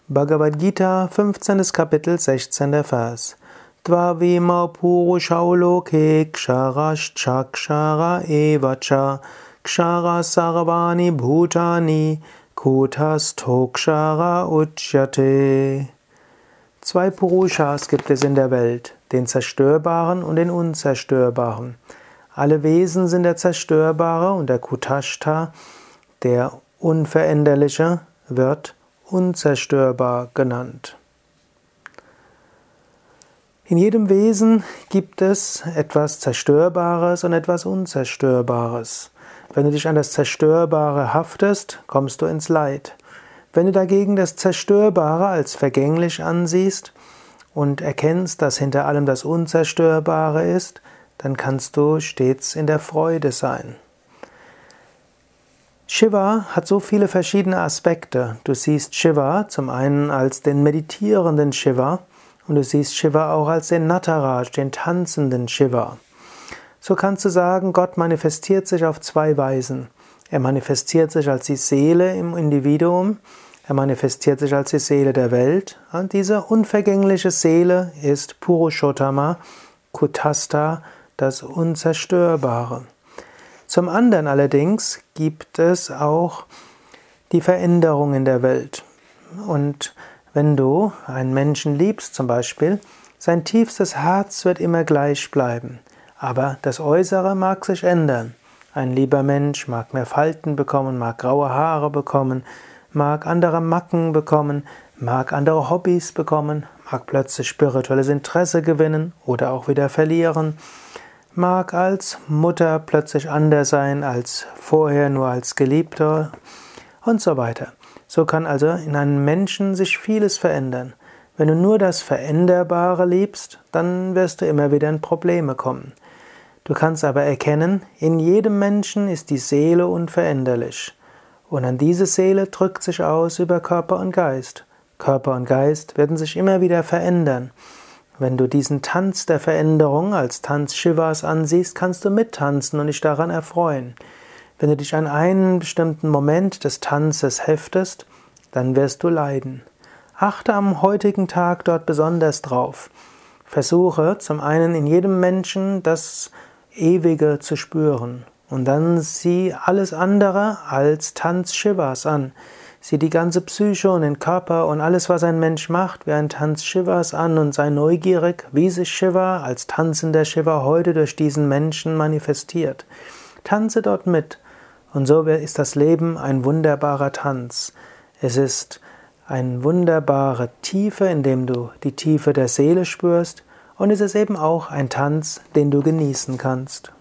Bhagavad Gita, 15. Kapitel, 16. Vers. Dvavimau purushau loke ksharaschakshara evacha kshara sarvani bhutani kutastokshara uchyate. Zwei Purushas gibt es in der Welt, den Zerstörbaren und den Unzerstörbaren. Alle Wesen sind der Zerstörbare und der Kutashta, der Unveränderliche, wird unzerstörbar genannt. In jedem Wesen gibt es etwas Zerstörbares und etwas Unzerstörbares. Wenn du dich an das Zerstörbare haftest, kommst du ins Leid. Wenn du dagegen das Zerstörbare als vergänglich ansiehst und erkennst, dass hinter allem das Unzerstörbare ist, dann kannst du stets in der Freude sein. Shiva hat so viele verschiedene Aspekte. Du siehst Shiva zum einen als den meditierenden Shiva und du siehst Shiva auch als den Nataraj, den tanzenden Shiva. So kannst du sagen, Gott manifestiert sich auf zwei Weisen. Er manifestiert sich als die Seele im Individuum, er manifestiert sich als die Seele der Welt und diese unvergängliche Seele ist Purushottama, Kutastha, das Unzerstörbare. Zum anderen allerdings gibt es auch die Veränderung in der Welt. Und wenn du einen Menschen liebst zum Beispiel, sein tiefstes Herz wird immer gleich bleiben. Aber das Äußere mag sich ändern. Ein lieber Mensch mag mehr Falten bekommen, mag graue Haare bekommen, mag andere Macken bekommen, mag andere Hobbys bekommen, mag plötzlich spirituelles Interesse gewinnen oder auch wieder verlieren, mag als Mutter plötzlich anders sein als vorher nur als Geliebter und so weiter. So kann also in einem Menschen sich vieles verändern. Wenn du nur das Veränderbare liebst, dann wirst du immer wieder in Probleme kommen. Du kannst aber erkennen, in jedem Menschen ist die Seele unveränderlich. Und an diese Seele drückt sich aus über Körper und Geist. Körper und Geist werden sich immer wieder verändern. Wenn du diesen Tanz der Veränderung als Tanz Shivas ansiehst, kannst du mittanzen und dich daran erfreuen. Wenn du dich an einen bestimmten Moment des Tanzes heftest, dann wirst du leiden. Achte am heutigen Tag dort besonders drauf. Versuche zum einen in jedem Menschen das Ewige zu spüren und dann sieh alles andere als Tanz Shivas an. Sieh die ganze Psyche und den Körper und alles, was ein Mensch macht, wie ein Tanz Shivas an und sei neugierig, wie sich Shiva als tanzender Shiva heute durch diesen Menschen manifestiert. Tanze dort mit und so ist das Leben ein wunderbarer Tanz. Es ist eine wunderbare Tiefe, in dem du die Tiefe der Seele spürst und es ist eben auch ein Tanz, den du genießen kannst.